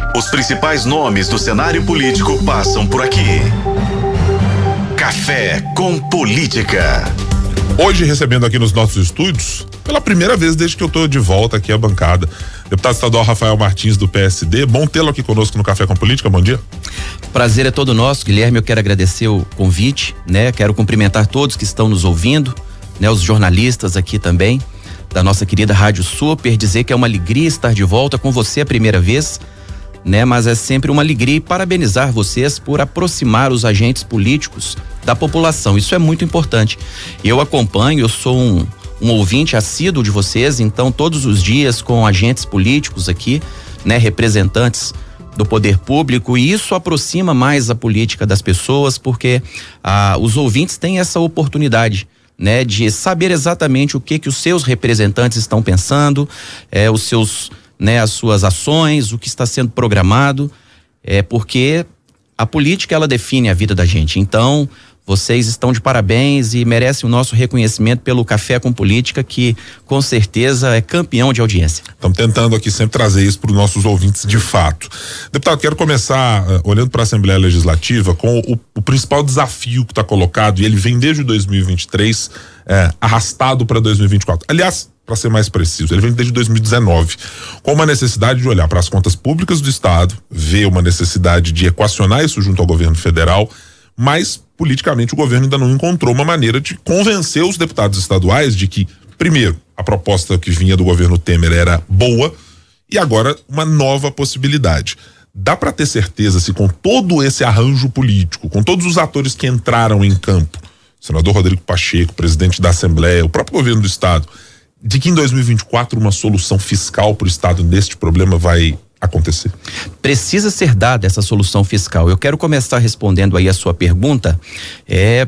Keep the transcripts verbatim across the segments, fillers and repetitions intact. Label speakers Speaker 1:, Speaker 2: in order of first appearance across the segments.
Speaker 1: Os principais nomes do cenário político passam por aqui. Café com Política.
Speaker 2: Hoje recebendo aqui nos nossos estúdios, pela primeira vez desde que eu estou de volta aqui à bancada, deputado estadual Rafael Martins do P S D. Bom tê-lo aqui conosco no Café com Política. Bom dia.
Speaker 3: Prazer é todo nosso, Guilherme. Eu quero agradecer o convite, né? Quero cumprimentar todos que estão nos ouvindo, né? Os jornalistas aqui também da nossa querida Rádio Super, dizer que é uma alegria estar de volta com você a primeira vez, né? Mas é sempre uma alegria e parabenizar vocês por aproximar os agentes políticos da população. Isso é muito importante. Eu acompanho, eu sou um, um ouvinte assíduo de vocês, então todos os dias com agentes políticos aqui, né? Representantes do poder público, e isso aproxima mais a política das pessoas, porque ah, os ouvintes têm essa oportunidade, né? De saber exatamente o que que os seus representantes estão pensando, é, os seus, né? As suas ações, o que está sendo programado, é porque a política ela define a vida da gente. Então, vocês estão de parabéns e merecem o nosso reconhecimento pelo Café com Política, que com certeza é campeão de audiência.
Speaker 2: Estamos tentando aqui sempre trazer isso para os nossos ouvintes de fato. Deputado, quero começar uh, olhando para a Assembleia Legislativa com o, o principal desafio que está colocado, e ele vem desde dois mil e vinte e três, é, arrastado para dois mil e vinte e quatro. Aliás, para ser mais preciso, ele vem desde dois mil e dezenove, com uma necessidade de olhar para as contas públicas do Estado, ver uma necessidade de equacionar isso junto ao governo federal, mas politicamente o governo ainda não encontrou uma maneira de convencer os deputados estaduais de que, primeiro, a proposta que vinha do governo Temer era boa, e agora uma nova possibilidade. Dá para ter certeza se com todo esse arranjo político, com todos os atores que entraram em campo, senador Rodrigo Pacheco, presidente da Assembleia, o próprio governo do Estado, de que em dois mil e vinte e quatro uma solução fiscal para o Estado neste problema vai acontecer?
Speaker 3: Precisa ser dada essa solução fiscal. Eu quero começar respondendo aí a sua pergunta, é,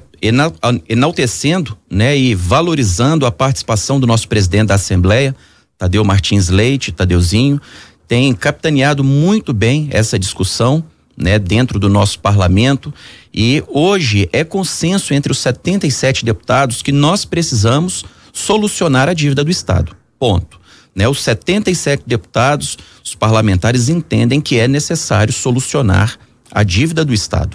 Speaker 3: enaltecendo, né, e valorizando a participação do nosso presidente da Assembleia, Tadeu Martins Leite, Tadeuzinho, tem capitaneado muito bem essa discussão, né, dentro do nosso parlamento, e hoje é consenso entre os setenta e sete deputados que nós precisamos solucionar a dívida do Estado. Ponto. Né, os setenta e sete deputados, os parlamentares entendem que é necessário solucionar a dívida do Estado.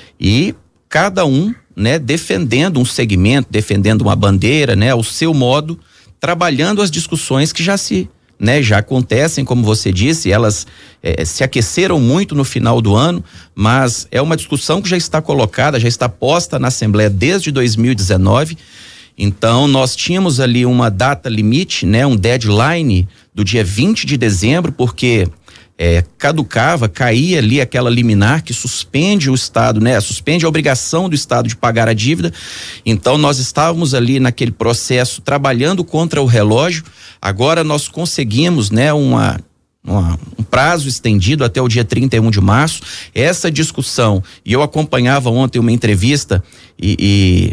Speaker 3: E cada um, né, defendendo um segmento, defendendo uma bandeira, né, ao seu modo, trabalhando as discussões que já se, né, já acontecem, como você disse, elas eh, se aqueceram muito no final do ano, mas é uma discussão que já está colocada, já está posta na Assembleia desde dois mil e dezenove. Então, nós tínhamos ali uma data limite, né, um deadline do dia vinte de dezembro, porque é, caducava, caía ali aquela liminar que suspende o Estado, né, suspende a obrigação do Estado de pagar a dívida. Então, nós estávamos ali naquele processo trabalhando contra o relógio. Agora nós conseguimos, né, uma Uma, um prazo estendido até o dia trinta e um de março. Essa discussão, e eu acompanhava ontem uma entrevista e, e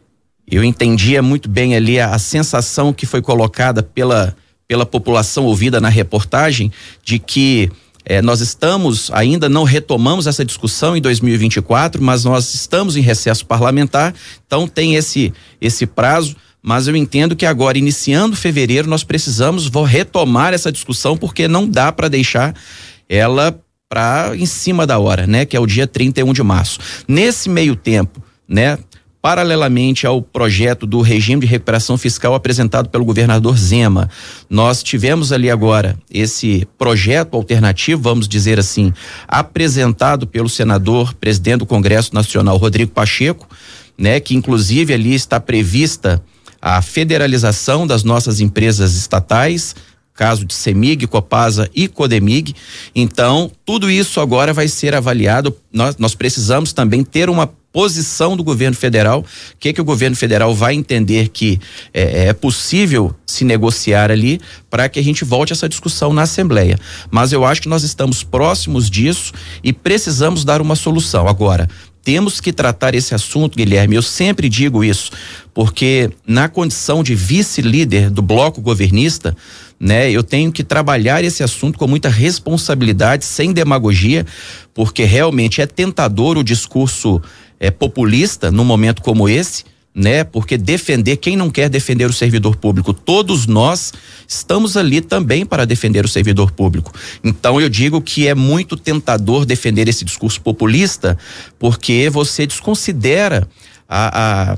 Speaker 3: eu entendia muito bem ali a, a sensação que foi colocada pela, pela população ouvida na reportagem, de que eh, nós estamos, ainda não retomamos essa discussão em dois mil e vinte e quatro, mas nós estamos em recesso parlamentar, então tem esse, esse prazo, mas eu entendo que agora, iniciando fevereiro, nós precisamos retomar essa discussão, porque não dá para deixar ela para em cima da hora, né? Que é o dia trinta e um de março. Nesse meio tempo, né? Paralelamente ao projeto do regime de recuperação fiscal apresentado pelo governador Zema, nós tivemos ali agora esse projeto alternativo, vamos dizer assim, apresentado pelo senador, presidente do Congresso Nacional, Rodrigo Pacheco, né? Que inclusive ali está prevista a federalização das nossas empresas estatais, caso de CEMIG, Copasa e Codemig. Então, tudo isso agora vai ser avaliado. Nós, nós precisamos também ter uma posição do governo federal, o que que o governo federal vai entender que é, é possível se negociar ali, para que a gente volte a essa discussão na Assembleia. Mas eu acho que nós estamos próximos disso e precisamos dar uma solução. Agora, temos que tratar esse assunto, Guilherme, eu sempre digo isso, porque na condição de vice-líder do bloco governista, né, eu tenho que trabalhar esse assunto com muita responsabilidade, sem demagogia, porque realmente é tentador o discurso é, populista num momento como esse, né? Porque defender, quem não quer defender o servidor público? Todos nós estamos ali também para defender o servidor público. Então eu digo que é muito tentador defender esse discurso populista, porque você desconsidera a, a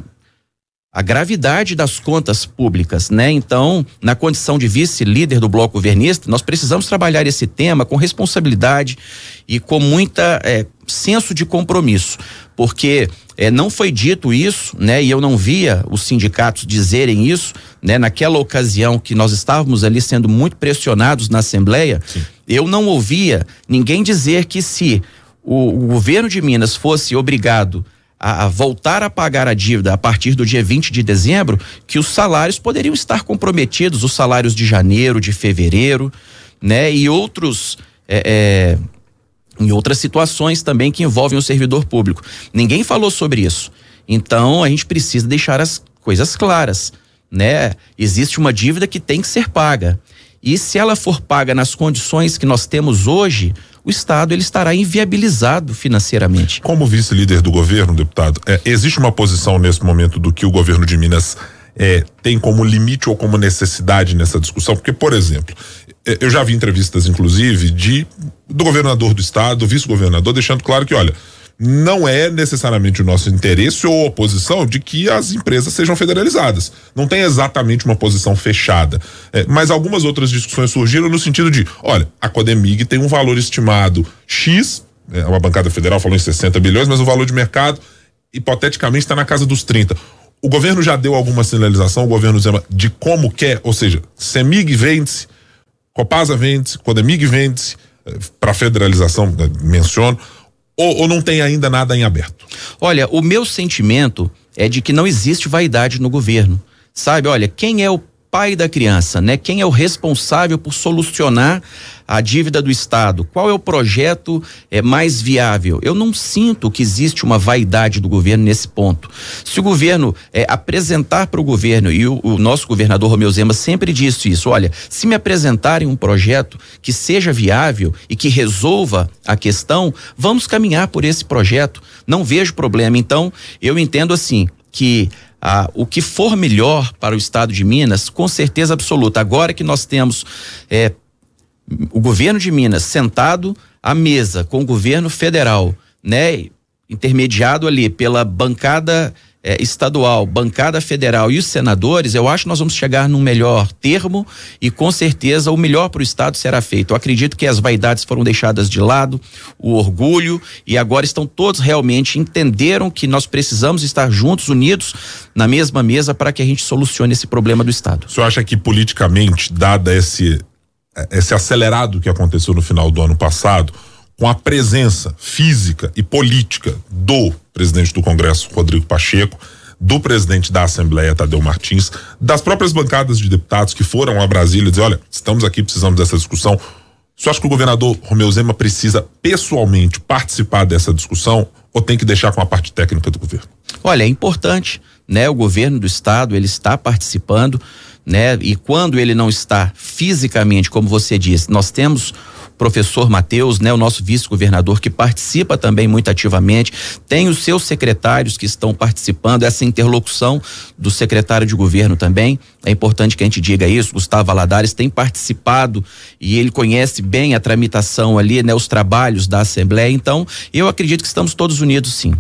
Speaker 3: a gravidade das contas públicas, né? Então, na condição de vice-líder do bloco governista, nós precisamos trabalhar esse tema com responsabilidade e com muita é, senso de compromisso, porque é, não foi dito isso, né? E eu não via os sindicatos dizerem isso, né? Naquela ocasião que nós estávamos ali sendo muito pressionados na Assembleia, Sim. eu não ouvia ninguém dizer que se o, o governo de Minas fosse obrigado a voltar a pagar a dívida a partir do dia vinte de dezembro, que os salários poderiam estar comprometidos, os salários de janeiro, de fevereiro, né? E outros, é, é, em outras situações também que envolvem o servidor público. Ninguém falou sobre isso. Então, a gente precisa deixar as coisas claras, né? Existe uma dívida que tem que ser paga. E se ela for paga nas condições que nós temos hoje, o Estado ele estará inviabilizado financeiramente.
Speaker 2: Como vice-líder do governo, deputado, é, existe uma posição nesse momento do que o governo de Minas é, tem como limite ou como necessidade nessa discussão? Porque, por exemplo, é, eu já vi entrevistas, inclusive, de do governador do estado, do vice-governador, deixando claro que, olha, não é necessariamente o nosso interesse ou oposição de que as empresas sejam federalizadas. Não tem exatamente uma posição fechada. É, mas algumas outras discussões surgiram no sentido de, olha, a Codemig tem um valor estimado X, é, uma bancada federal falou em sessenta bilhões, mas o valor de mercado, hipoteticamente, está na casa dos trinta. O governo já deu alguma sinalização, o governo Zema, de como quer, ou seja, Semig vende-se, Copasa vende-se, Codemig vende-se, é, para federalização, é, menciono, Ou, ou não tem ainda nada em aberto?
Speaker 3: Olha, o meu sentimento é de que não existe vaidade no governo, sabe? Olha, quem é o pai da criança, né? Quem é o responsável por solucionar a dívida do Estado? Qual é o projeto é, mais viável? Eu não sinto que existe uma vaidade do governo nesse ponto. Se o governo é, apresentar para o governo, e o, o nosso governador Romeu Zema sempre disse isso, olha, se me apresentarem um projeto que seja viável e que resolva a questão, vamos caminhar por esse projeto. Não vejo problema. Então, eu entendo assim, que Ah, o que for melhor para o estado de Minas, com certeza absoluta. Agora que nós temos é, o governo de Minas sentado à mesa com o governo federal, né, intermediado ali pela bancada é, estadual, bancada federal e os senadores, eu acho que nós vamos chegar num melhor termo e com certeza o melhor para o estado será feito. Eu acredito que as vaidades foram deixadas de lado, o orgulho, e agora estão todos realmente entenderam que nós precisamos estar juntos, unidos na mesma mesa para que a gente solucione esse problema do estado.
Speaker 2: O senhor acha que politicamente, dada esse esse acelerado que aconteceu no final do ano passado, com a presença física e política do presidente do Congresso, Rodrigo Pacheco, do presidente da Assembleia, Tadeu Martins, das próprias bancadas de deputados que foram a Brasília dizer, olha, estamos aqui, precisamos dessa discussão. Você acha que o governador Romeu Zema precisa pessoalmente participar dessa discussão ou tem que deixar com a parte técnica do governo?
Speaker 3: Olha, é importante, né? O governo do estado, ele está participando, né? E quando ele não está fisicamente, como você disse, nós temos professor Matheus, né, o nosso vice-governador, que participa também muito ativamente, tem os seus secretários que estão participando, essa interlocução do secretário de governo também, é importante que a gente diga isso, Gustavo Valadares tem participado e ele conhece bem a tramitação ali, né, os trabalhos da Assembleia, então eu acredito que estamos todos unidos sim.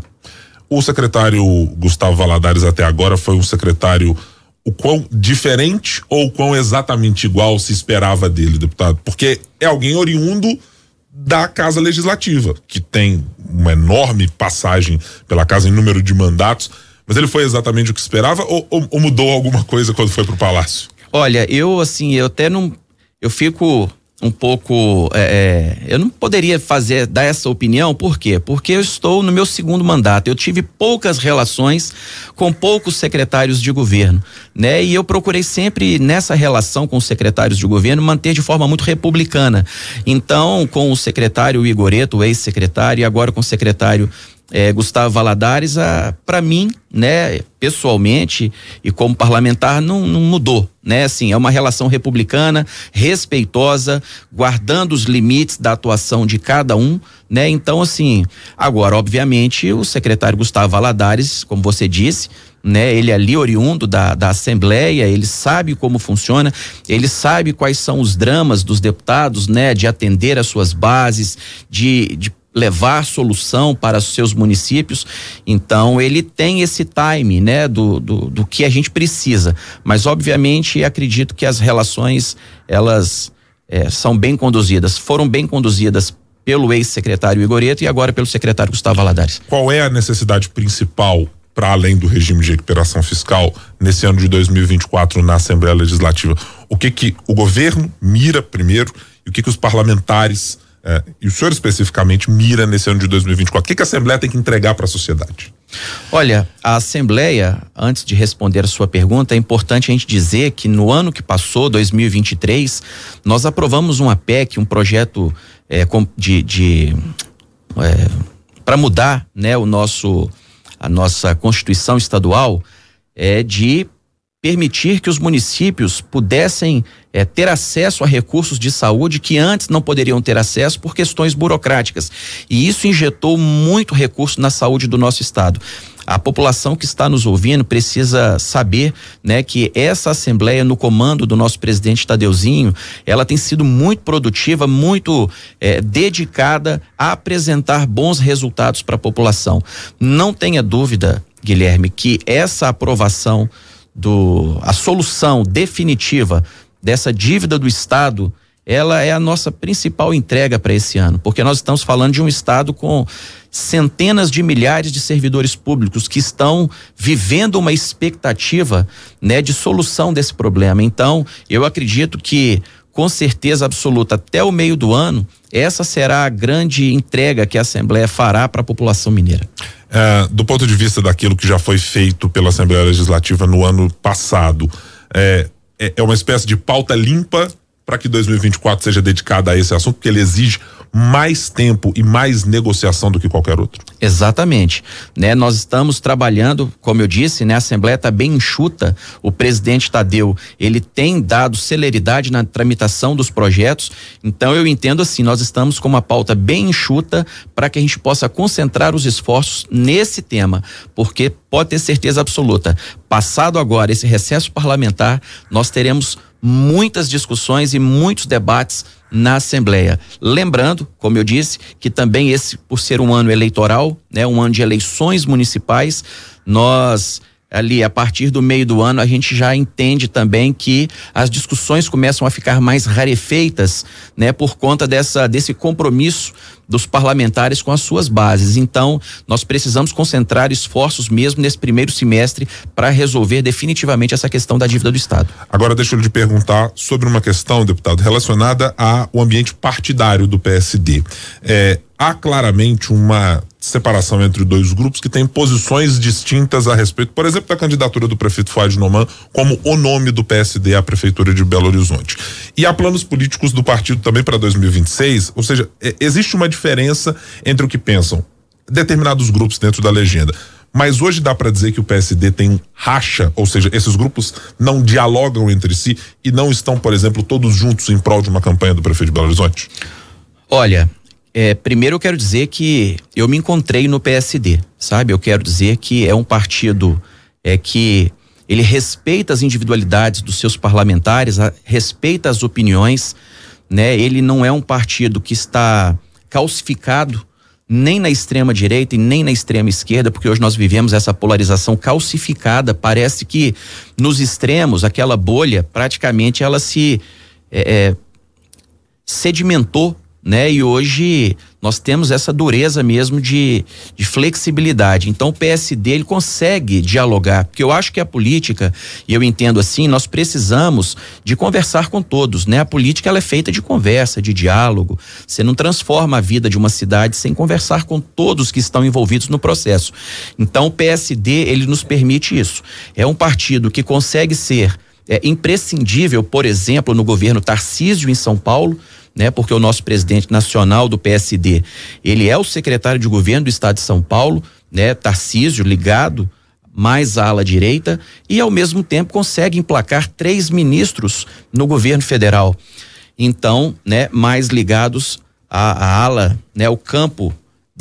Speaker 2: O secretário Gustavo Valadares até agora foi um secretário o quão diferente ou o quão exatamente igual se esperava dele, deputado? Porque é alguém oriundo da Casa Legislativa, que tem uma enorme passagem pela casa em número de mandatos, mas ele foi exatamente o que esperava ou, ou, ou mudou alguma coisa quando foi pro Palácio?
Speaker 3: Olha, eu assim, eu até não, eu fico um pouco, é, eu não poderia fazer, dar essa opinião, por quê? Porque eu estou no meu segundo mandato, eu tive poucas relações com poucos secretários de governo, né? E eu procurei sempre nessa relação com os secretários de governo manter de forma muito republicana, então com o secretário Igoreto, o ex-secretário, e agora com o secretário É, Gustavo Valadares, para mim, né, pessoalmente e como parlamentar, não, não mudou, né? Assim, é uma relação republicana, respeitosa, guardando os limites da atuação de cada um, né? Então, assim, agora, obviamente, o secretário Gustavo Valadares, como você disse, né? Ele é ali oriundo da, da Assembleia, ele sabe como funciona, ele sabe quais são os dramas dos deputados, né? De atender as suas bases, de, de levar solução para os seus municípios. Então ele tem esse time, né? Do, do, do que a gente precisa, mas obviamente acredito que as relações elas é, são bem conduzidas, foram bem conduzidas pelo ex-secretário Igoreto e agora pelo secretário Gustavo Valadares.
Speaker 2: Qual é a necessidade principal para além do regime de recuperação fiscal nesse ano de dois mil e vinte e quatro na Assembleia Legislativa? O que que o governo mira primeiro e o que que os parlamentares É, e o senhor especificamente mira nesse ano de dois mil e vinte e quatro? O que, que a Assembleia tem que entregar para a sociedade?
Speaker 3: Olha, a Assembleia, antes de responder a sua pergunta, é importante a gente dizer que no ano que passou, dois mil e vinte e três, nós aprovamos uma P E C, um projeto é, de, de é, para mudar, né, o nosso, a nossa Constituição Estadual, é de permitir que os municípios pudessem é, ter acesso a recursos de saúde que antes não poderiam ter acesso por questões burocráticas. E isso injetou muito recurso na saúde do nosso estado. A população que está nos ouvindo precisa saber, né, que essa Assembleia, no comando do nosso presidente Tadeuzinho, ela tem sido muito produtiva, muito é, dedicada a apresentar bons resultados para a população. Não tenha dúvida, Guilherme, que essa aprovação do a solução definitiva dessa dívida do estado, ela é a nossa principal entrega para esse ano, porque nós estamos falando de um estado com centenas de milhares de servidores públicos que estão vivendo uma expectativa, né, de solução desse problema. Então, eu acredito que com certeza absoluta, até o meio do ano, essa será a grande entrega que a Assembleia fará para a população mineira.
Speaker 2: É, do ponto de vista daquilo que já foi feito pela Assembleia Legislativa no ano passado, é, é, é uma espécie de pauta limpa para que dois mil e vinte e quatro seja dedicada a esse assunto, porque ele exige mais tempo e mais negociação do que qualquer outro.
Speaker 3: Exatamente, né? Nós estamos trabalhando, como eu disse, né? A Assembleia está bem enxuta, o presidente Tadeu, ele tem dado celeridade na tramitação dos projetos, então eu entendo assim, nós estamos com uma pauta bem enxuta para que a gente possa concentrar os esforços nesse tema, porque pode ter certeza absoluta, passado agora esse recesso parlamentar, nós teremos muitas discussões e muitos debates na Assembleia. Lembrando, como eu disse, que também esse, por ser um ano eleitoral, né, um ano de eleições municipais, nós ali a partir do meio do ano a gente já entende também que as discussões começam a ficar mais rarefeitas, né, por conta dessa desse compromisso dos parlamentares com as suas bases. Então, nós precisamos concentrar esforços mesmo nesse primeiro semestre para resolver definitivamente essa questão da dívida do Estado.
Speaker 2: Agora deixa eu lhe perguntar sobre uma questão, deputado, relacionada ao ambiente partidário do P S D. É, há claramente uma separação entre dois grupos que têm posições distintas a respeito, por exemplo, da candidatura do prefeito Fuad Noman como o nome do P S D à prefeitura de Belo Horizonte. E há planos políticos do partido também para dois mil e vinte e seis, ou seja, é, existe uma diferença entre o que pensam determinados grupos dentro da legenda. Mas hoje dá para dizer que o P S D tem racha, ou seja, esses grupos não dialogam entre si e não estão, por exemplo, todos juntos em prol de uma campanha do prefeito de Belo Horizonte?
Speaker 3: Olha, É, primeiro eu quero dizer que eu me encontrei no P S D, sabe? Eu quero dizer que é um partido é, que ele respeita as individualidades dos seus parlamentares, a, respeita as opiniões, né? Ele não é um partido que está calcificado nem na extrema direita e nem na extrema esquerda, porque hoje nós vivemos essa polarização calcificada. Parece que nos extremos, aquela bolha, praticamente ela se é, é, sedimentou, né? E hoje nós temos essa dureza mesmo de, de flexibilidade. Então o P S D ele consegue dialogar, porque eu acho que a política, e eu entendo assim, nós precisamos de conversar com todos, né? A política ela é feita de conversa, de diálogo. Você não transforma a vida de uma cidade sem conversar com todos que estão envolvidos no processo. Então o P S D ele nos permite isso. É um partido que consegue ser é, imprescindível, por exemplo, no governo Tarcísio em São Paulo, né? Porque o nosso presidente nacional do P S D, ele é o secretário de governo do estado de São Paulo, né? Tarcísio ligado mais à ala direita e ao mesmo tempo consegue emplacar três ministros no governo federal. Então, né? Mais ligados à, à ala, né? O campo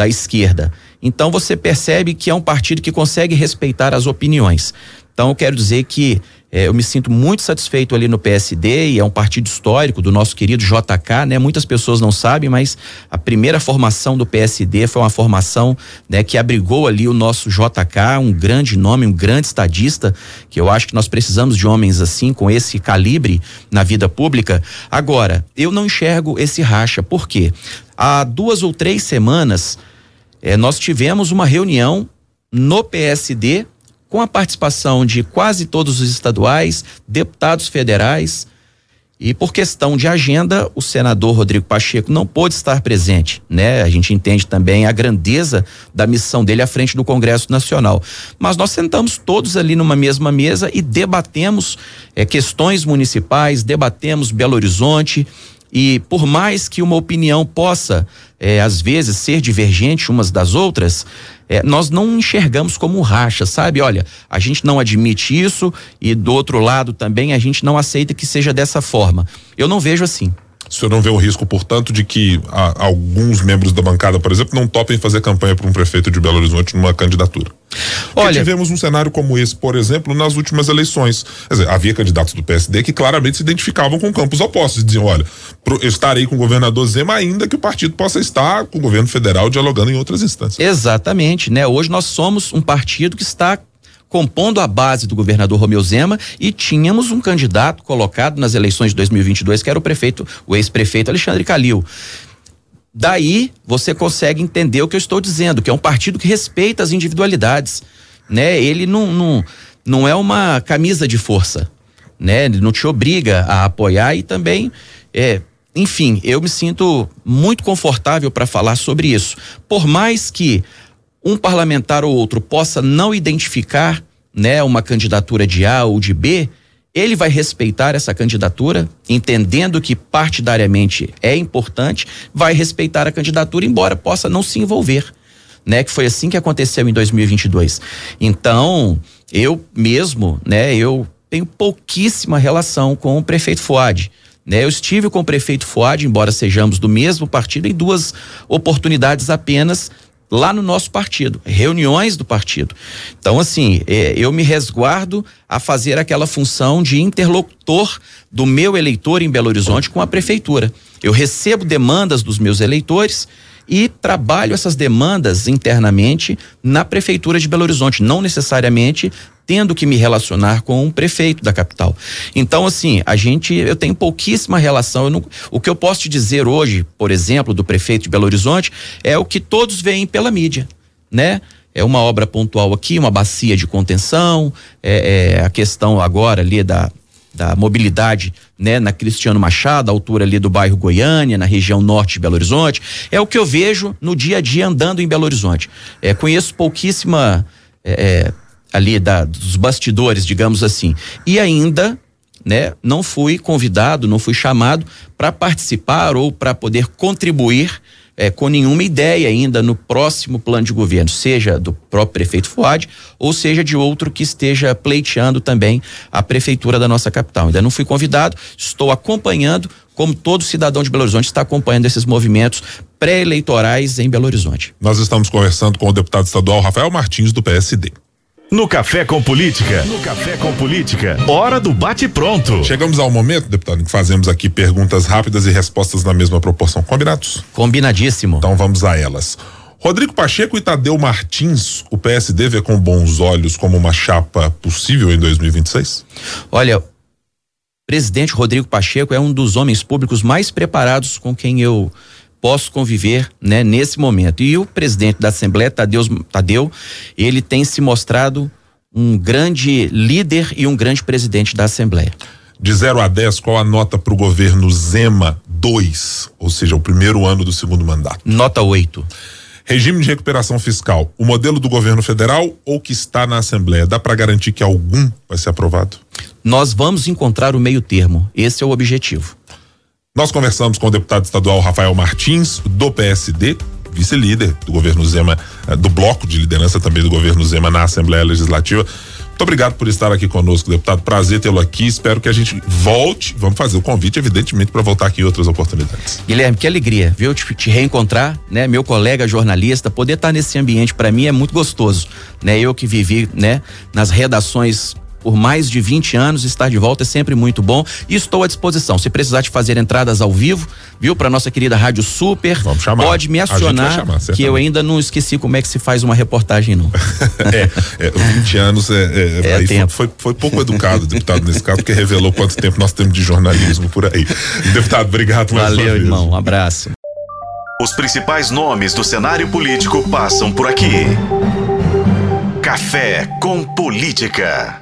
Speaker 3: da esquerda. Então você percebe que é um partido que consegue respeitar as opiniões. Então eu quero dizer que eh, eu me sinto muito satisfeito ali no P S D, e é um partido histórico do nosso querido J K, né? Muitas pessoas não sabem, mas a primeira formação do P S D foi uma formação, né, que abrigou ali o nosso J K, um grande nome, um grande estadista, que eu acho que nós precisamos de homens assim, com esse calibre na vida pública. Agora, eu não enxergo esse racha, por quê? Há duas ou três semanas eh, nós tivemos uma reunião no P S D com a participação de quase todos os estaduais, deputados federais, e por questão de agenda, o senador Rodrigo Pacheco não pôde estar presente, né? A gente entende também a grandeza da missão dele à frente do Congresso Nacional. Mas nós sentamos todos ali numa mesma mesa e debatemos eh, questões municipais, debatemos Belo Horizonte, e por mais que uma opinião possa, eh, às vezes, ser divergente umas das outras, eh, nós não enxergamos como racha, sabe? Olha, a gente não admite isso, e do outro lado também a gente não aceita que seja dessa forma. Eu não vejo assim.
Speaker 2: O senhor não vê o risco, portanto, de que a, alguns membros da bancada, por exemplo, não topem fazer campanha para um prefeito de Belo Horizonte numa candidatura? Porque Olha, tivemos um cenário como esse, por exemplo, nas últimas eleições. Quer dizer, havia candidatos do P S D que claramente se identificavam com campos opostos, diziam, olha, eu estarei com o governador Zema, ainda que o partido possa estar com o governo federal dialogando em outras instâncias.
Speaker 3: Exatamente, né? Hoje nós somos um partido que está compondo a base do governador Romeu Zema, e tínhamos um candidato colocado nas eleições de dois mil e vinte e dois, que era o prefeito, o ex-prefeito Alexandre Calil. Daí você consegue entender o que eu estou dizendo, que é um partido que respeita as individualidades, né? Ele não, não, não é uma camisa de força, né? Ele não te obriga a apoiar, e também, é, enfim, eu me sinto muito confortável para falar sobre isso. Por mais que um parlamentar ou outro possa não identificar, né, uma candidatura de A ou de B, ele vai respeitar essa candidatura, entendendo que partidariamente é importante, vai respeitar a candidatura, embora possa não se envolver, né? Que foi assim que aconteceu em dois mil e vinte e dois. Então, eu mesmo, né, eu tenho pouquíssima relação com o prefeito Fuad, né? Eu estive com o prefeito Fuad, embora sejamos do mesmo partido, em duas oportunidades apenas, lá no nosso partido, reuniões do partido. Então, assim, eh, eu me resguardo a fazer aquela função de interlocutor do meu eleitor em Belo Horizonte com a prefeitura. Eu recebo demandas dos meus eleitores e trabalho essas demandas internamente na prefeitura de Belo Horizonte, não necessariamente tendo que me relacionar com um prefeito da capital. Então, assim, a gente, eu tenho pouquíssima relação. Eu não, o que eu posso te dizer hoje, por exemplo, do prefeito de Belo Horizonte, é o que todos veem pela mídia, né? É uma obra pontual aqui, uma bacia de contenção, é, é a questão agora ali da da mobilidade, né, na Cristiano Machado, a altura ali do bairro Goiânia, na região norte de Belo Horizonte. É o que eu vejo no dia a dia andando em Belo Horizonte. É, conheço pouquíssima é, ali da, dos bastidores, digamos assim. E ainda, né, não fui convidado, não fui chamado para participar ou para poder contribuir É, com nenhuma ideia ainda no próximo plano de governo, seja do próprio prefeito Fuad, ou seja de outro que esteja pleiteando também a prefeitura da nossa capital. Ainda não fui convidado, estou acompanhando, como todo cidadão de Belo Horizonte está acompanhando esses movimentos pré-eleitorais em Belo Horizonte.
Speaker 2: Nós estamos conversando com o deputado estadual Rafael Martins, do P S D.
Speaker 1: No Café com Política, no Café com Política, hora do bate-pronto.
Speaker 2: Chegamos ao momento, deputado, em que fazemos aqui perguntas rápidas e respostas na mesma proporção. Combinados?
Speaker 3: Combinadíssimo.
Speaker 2: Então vamos a elas. Rodrigo Pacheco e Tadeu Martins, o P S D vê com bons olhos como uma chapa possível em dois mil e vinte e seis?
Speaker 3: Olha, o presidente Rodrigo Pacheco é um dos homens públicos mais preparados com quem eu posso conviver, né, nesse momento. E o presidente da Assembleia, Tadeu, Tadeu, ele tem se mostrado um grande líder e um grande presidente da Assembleia.
Speaker 2: De zero a dez, qual a nota para o governo Zema dois, ou seja, o primeiro ano do segundo mandato?
Speaker 3: Nota oito.
Speaker 2: Regime de recuperação fiscal, o modelo do governo federal ou que está na Assembleia, dá para garantir que algum vai ser aprovado?
Speaker 3: Nós vamos encontrar o meio termo, esse é o objetivo.
Speaker 2: Nós conversamos com o deputado estadual Rafael Martins, do P S D, vice-líder do governo Zema, do bloco de liderança também do governo Zema na Assembleia Legislativa. Muito Muito obrigado por estar aqui conosco, deputado. Prazer tê-lo aqui. Espero que a gente volte. Vamos fazer o convite, evidentemente, para voltar aqui em outras oportunidades.
Speaker 3: Guilherme, que alegria, viu? Te, te reencontrar, né? Meu colega jornalista, poder estar nesse ambiente para mim é muito gostoso, né? Eu que vivi, né, nas redações por mais de vinte anos, estar de volta é sempre muito bom e estou à disposição. Se precisar de fazer entradas ao vivo, viu, para nossa querida Rádio Super,
Speaker 2: vamos chamar.
Speaker 3: Pode me acionar, chamar, que eu ainda não esqueci como é que se faz uma reportagem, não.
Speaker 2: é, é, vinte anos é, é,
Speaker 3: é
Speaker 2: aí
Speaker 3: tempo.
Speaker 2: Foi, foi, foi pouco educado, deputado, nesse caso, porque revelou quanto tempo nós temos de jornalismo por aí. Deputado, obrigado mais uma vez.
Speaker 3: Valeu, irmão, um abraço.
Speaker 1: Os principais nomes do cenário político passam por aqui. Café com Política.